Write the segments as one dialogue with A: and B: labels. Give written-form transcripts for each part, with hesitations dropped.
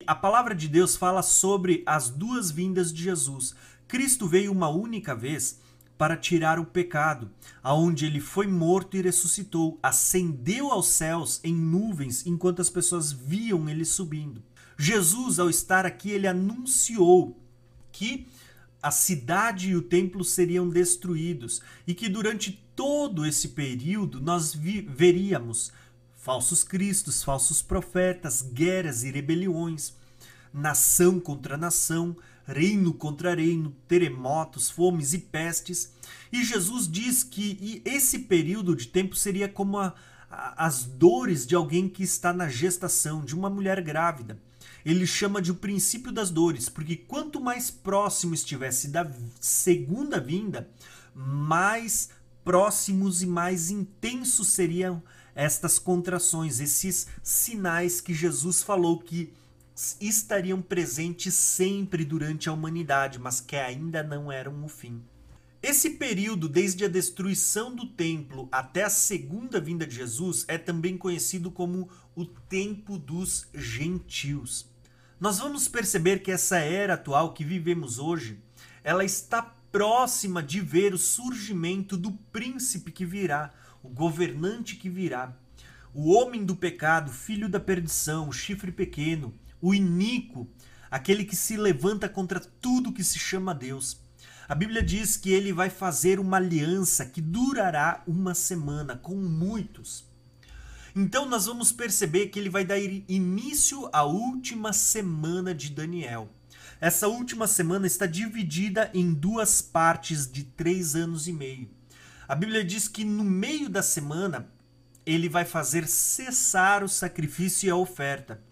A: A palavra de Deus fala sobre as duas vindas de Jesus. Cristo veio uma única vez para tirar o pecado, aonde ele foi morto e ressuscitou, ascendeu aos céus em nuvens enquanto as pessoas viam ele subindo. Jesus, ao estar aqui, ele anunciou que a cidade e o templo seriam destruídos e que durante todo esse período nós veríamos falsos cristos, falsos profetas, guerras e rebeliões, nação contra nação, reino contra reino, terremotos, fomes e pestes. E Jesus diz que esse período de tempo seria como as dores de alguém que está na gestação, de uma mulher grávida. Ele chama de o princípio das dores, porque quanto mais próximo estivesse da segunda vinda, mais próximos e mais intensos seriam estas contrações, esses sinais que Jesus falou que estariam presentes sempre durante a humanidade, mas que ainda não eram o fim. Esse período, desde a destruição do templo até a segunda vinda de Jesus, é também conhecido como o tempo dos gentios. Nós vamos perceber que essa era atual que vivemos hoje, ela está próxima de ver o surgimento do príncipe que virá, o governante que virá, o homem do pecado, filho da perdição, o chifre pequeno, o iníquo, aquele que se levanta contra tudo que se chama Deus. A Bíblia diz que ele vai fazer uma aliança que durará uma semana com muitos. Então nós vamos perceber que ele vai dar início à última semana de Daniel. Essa última semana está dividida em duas partes de 3 anos e meio. A Bíblia diz que no meio da semana ele vai fazer cessar o sacrifício e a oferta.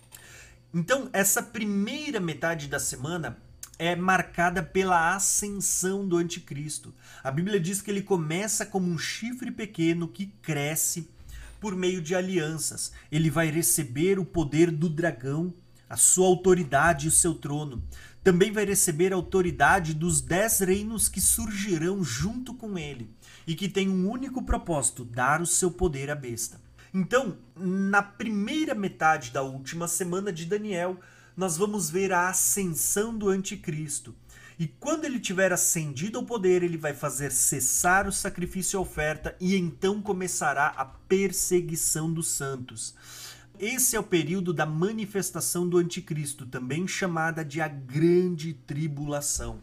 A: Então essa primeira metade da semana é marcada pela ascensão do anticristo. A Bíblia diz que ele começa como um chifre pequeno que cresce por meio de alianças. Ele vai receber o poder do dragão, a sua autoridade e o seu trono. Também vai receber a autoridade dos 10 reinos que surgirão junto com ele e que tem um único propósito: dar o seu poder à besta. Então, na primeira metade da última semana de Daniel, nós vamos ver a ascensão do anticristo. E quando ele tiver ascendido ao poder, ele vai fazer cessar o sacrifício e a oferta, e então começará a perseguição dos santos. Esse é o período da manifestação do anticristo, também chamada de a grande tribulação.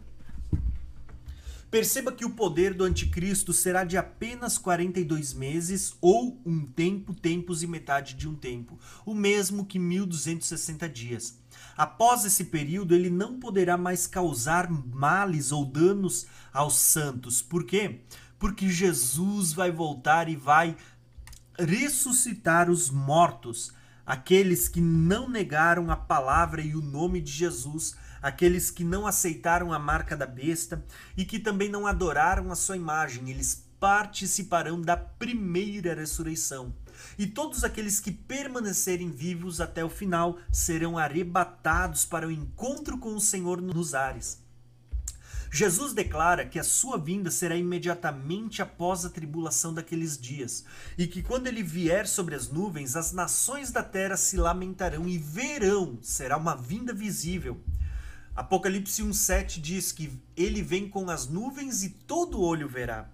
A: Perceba que o poder do anticristo será de apenas 42 meses ou um tempo, tempos e metade de um tempo, o mesmo que 1260 dias. Após esse período, ele não poderá mais causar males ou danos aos santos. Por quê? Porque Jesus vai voltar e vai ressuscitar os mortos, aqueles que não negaram a palavra e o nome de Jesus, aqueles que não aceitaram a marca da besta e que também não adoraram a sua imagem. Eles participarão da primeira ressurreição. E todos aqueles que permanecerem vivos até o final serão arrebatados para o encontro com o Senhor nos ares. Jesus declara que a sua vinda será imediatamente após a tribulação daqueles dias, e que quando ele vier sobre as nuvens, as nações da terra se lamentarão e verão, será uma vinda visível. Apocalipse 1,7 diz que ele vem com as nuvens e todo olho verá.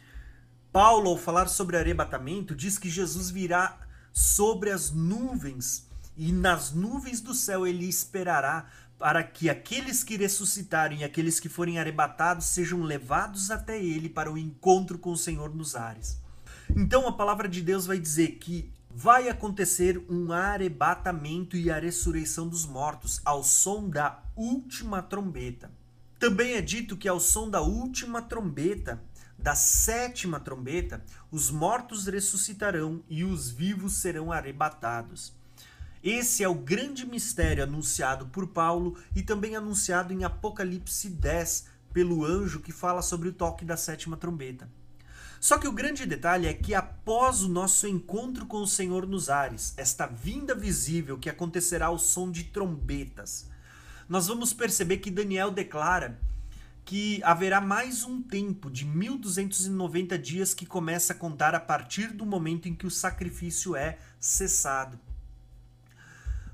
A: Paulo, ao falar sobre arrebatamento, diz que Jesus virá sobre as nuvens, e nas nuvens do céu ele esperará para que aqueles que ressuscitarem e aqueles que forem arrebatados sejam levados até ele para o encontro com o Senhor nos ares. Então a palavra de Deus vai dizer que vai acontecer um arrebatamento e a ressurreição dos mortos ao som da última trombeta. Também é dito que ao som da última trombeta, da sétima trombeta, os mortos ressuscitarão e os vivos serão arrebatados. Esse é o grande mistério anunciado por Paulo e também anunciado em Apocalipse 10 pelo anjo que fala sobre o toque da sétima trombeta. Só que o grande detalhe é que após o nosso encontro com o Senhor nos ares, esta vinda visível que acontecerá ao som de trombetas, nós vamos perceber que Daniel declara que haverá mais um tempo de 1290 dias que começa a contar a partir do momento em que o sacrifício é cessado.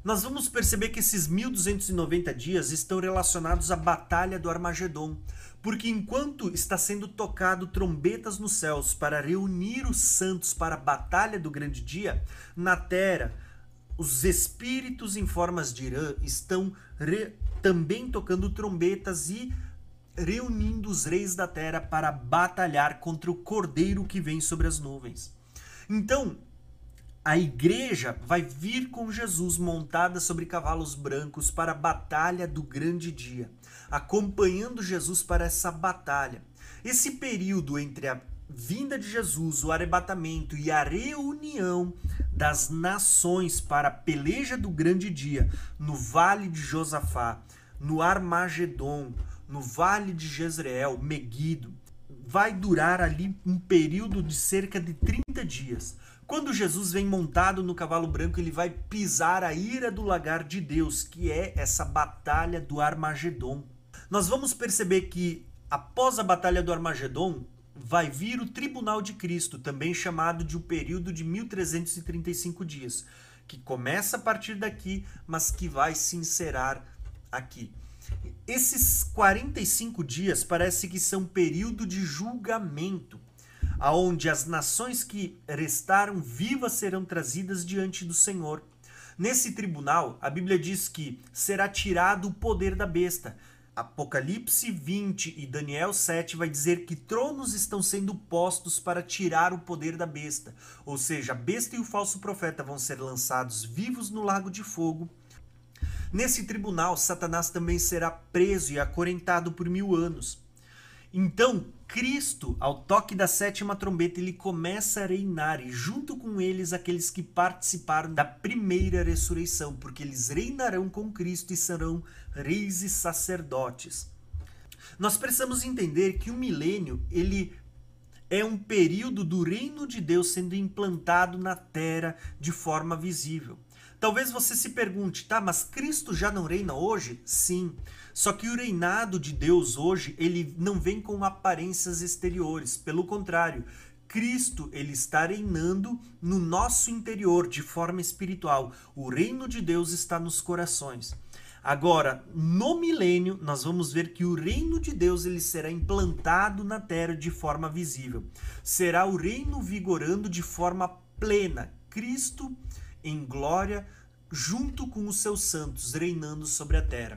A: Nós vamos perceber que esses 1290 dias estão relacionados à Batalha do Armagedon, porque enquanto está sendo tocado trombetas nos céus para reunir os santos para a Batalha do Grande Dia, na terra, os espíritos em formas de Irã estão também tocando trombetas e reunindo os reis da terra para batalhar contra o cordeiro que vem sobre as nuvens. Então, a igreja vai vir com Jesus montada sobre cavalos brancos para a batalha do grande dia, acompanhando Jesus para essa batalha. Esse período entre a vinda de Jesus, o arrebatamento e a reunião das nações para a peleja do grande dia, no vale de Josafá, no Armagedon, no vale de Jezreel, Meguido, vai durar ali um período de cerca de 30 dias. Quando Jesus vem montado no cavalo branco, ele vai pisar a ira do lagar de Deus, que é essa batalha do Armagedon. Nós vamos perceber que após a batalha do Armagedon, vai vir o tribunal de Cristo, também chamado de um período de 1335 dias, que começa a partir daqui, mas que vai se encerrar aqui. Esses 45 dias parece que são período de julgamento, aonde as nações que restaram vivas serão trazidas diante do Senhor. Nesse tribunal, a Bíblia diz que será tirado o poder da besta. Apocalipse 20 e Daniel 7 vai dizer que tronos estão sendo postos para tirar o poder da besta. Ou seja, a besta e o falso profeta vão ser lançados vivos no lago de fogo. Nesse tribunal, Satanás também será preso e acorrentado por 1000 anos. Então, Cristo, ao toque da sétima trombeta, ele começa a reinar, e junto com eles aqueles que participaram da primeira ressurreição, porque eles reinarão com Cristo e serão reis e sacerdotes. Nós precisamos entender que o milênio, ele é um período do reino de Deus sendo implantado na terra de forma visível. Talvez você se pergunte, tá, mas Cristo já não reina hoje? Sim, só que o reinado de Deus hoje, ele não vem com aparências exteriores, pelo contrário, Cristo, ele está reinando no nosso interior, de forma espiritual. O reino de Deus está nos corações. Agora, no milênio, nós vamos ver que o reino de Deus ele será implantado na terra de forma visível. Será o reino vigorando de forma plena. Cristo em glória, junto com os seus santos, reinando sobre a terra.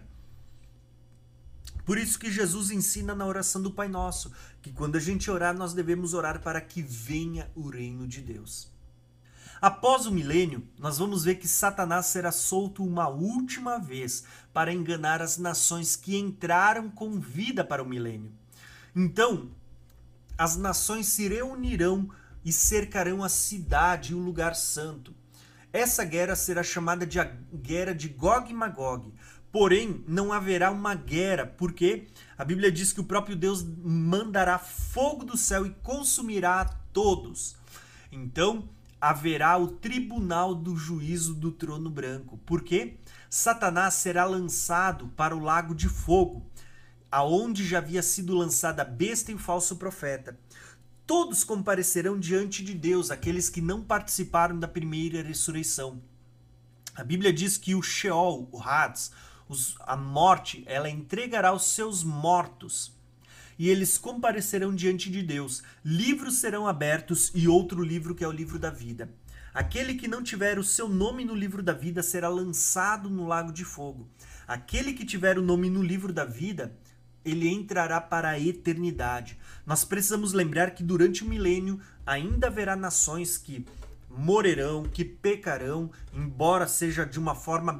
A: Por isso que Jesus ensina na oração do Pai Nosso, que quando a gente orar, nós devemos orar para que venha o reino de Deus. Após o milênio, nós vamos ver que Satanás será solto uma última vez para enganar as nações que entraram com vida para o milênio. Então, as nações se reunirão e cercarão a cidade e o lugar santo. Essa guerra será chamada de a guerra de Gog e Magog. Porém, não haverá uma guerra, porque a Bíblia diz que o próprio Deus mandará fogo do céu e consumirá a todos. Então, haverá o tribunal do juízo do trono branco, porque Satanás será lançado para o lago de fogo, aonde já havia sido lançada a besta e o falso profeta. Todos comparecerão diante de Deus, aqueles que não participaram da primeira ressurreição. A Bíblia diz que o Sheol, o Hades, a morte, ela entregará os seus mortos. E eles comparecerão diante de Deus. Livros serão abertos e outro livro que é o livro da vida. Aquele que não tiver o seu nome no livro da vida será lançado no lago de fogo. Aquele que tiver o nome no livro da vida, ele entrará para a eternidade. Nós precisamos lembrar que durante o milênio ainda haverá nações que morrerão, que pecarão, embora seja de uma forma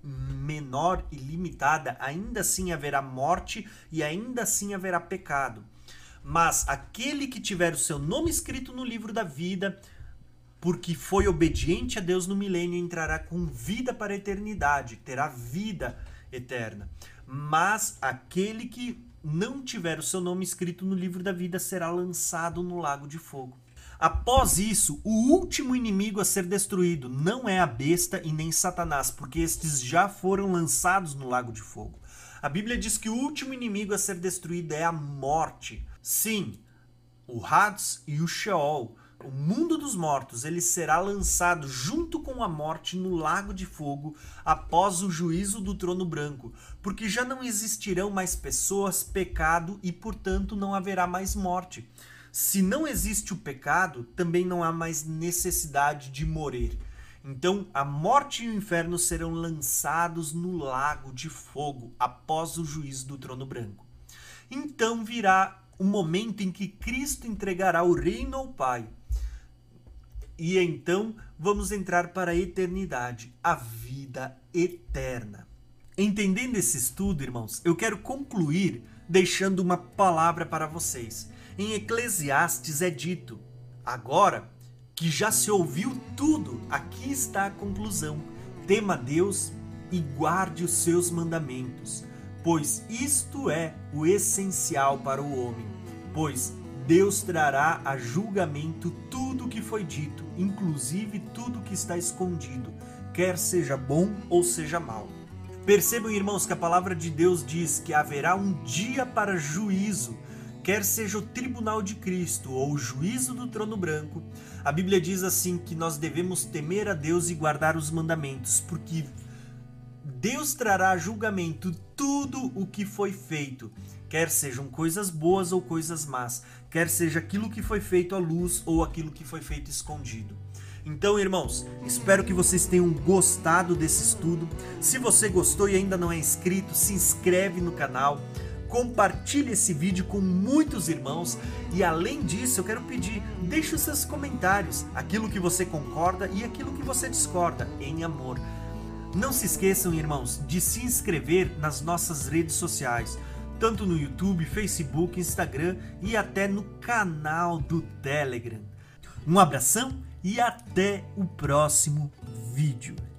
A: menor e limitada, ainda assim haverá morte e ainda assim haverá pecado. Mas aquele que tiver o seu nome escrito no livro da vida, porque foi obediente a Deus no milênio, entrará com vida para a eternidade, terá vida eterna. Mas aquele que não tiver o seu nome escrito no livro da vida será lançado no lago de fogo. Após isso, o último inimigo a ser destruído não é a besta e nem Satanás, porque estes já foram lançados no lago de fogo. A Bíblia diz que o último inimigo a ser destruído é a morte. Sim, o Hades e o Sheol O mundo dos mortos, ele será lançado junto com a morte no lago de fogo após o juízo do trono branco, porque já não existirão mais pessoas, pecado e, portanto, não haverá mais morte. Se não existe o pecado, também não há mais necessidade de morrer. Então, a morte e o inferno serão lançados no lago de fogo após o juízo do trono branco. Então virá o momento em que Cristo entregará o reino ao Pai. E então vamos entrar para a eternidade, a vida eterna. Entendendo esse estudo, irmãos, eu quero concluir deixando uma palavra para vocês. Em Eclesiastes é dito: agora que já se ouviu tudo, aqui está a conclusão. Tema Deus e guarde os seus mandamentos, pois isto é o essencial para o homem. Pois Deus trará a julgamento tudo o que foi dito, inclusive tudo o que está escondido, quer seja bom ou seja mal. Percebam, irmãos, que a palavra de Deus diz que haverá um dia para juízo, quer seja o tribunal de Cristo ou o juízo do trono branco. A Bíblia diz assim que nós devemos temer a Deus e guardar os mandamentos, porque Deus trará a julgamento tudo o que foi feito, quer sejam coisas boas ou coisas más, quer seja aquilo que foi feito à luz ou aquilo que foi feito escondido. Então, irmãos, espero que vocês tenham gostado desse estudo. Se você gostou e ainda não é inscrito, se inscreve no canal, compartilhe esse vídeo com muitos irmãos e, além disso, eu quero pedir, deixe os seus comentários, aquilo que você concorda e aquilo que você discorda, em amor. Não se esqueçam, irmãos, de se inscrever nas nossas redes sociais, tanto no YouTube, Facebook, Instagram e até no canal do Telegram. Um abração e até o próximo vídeo.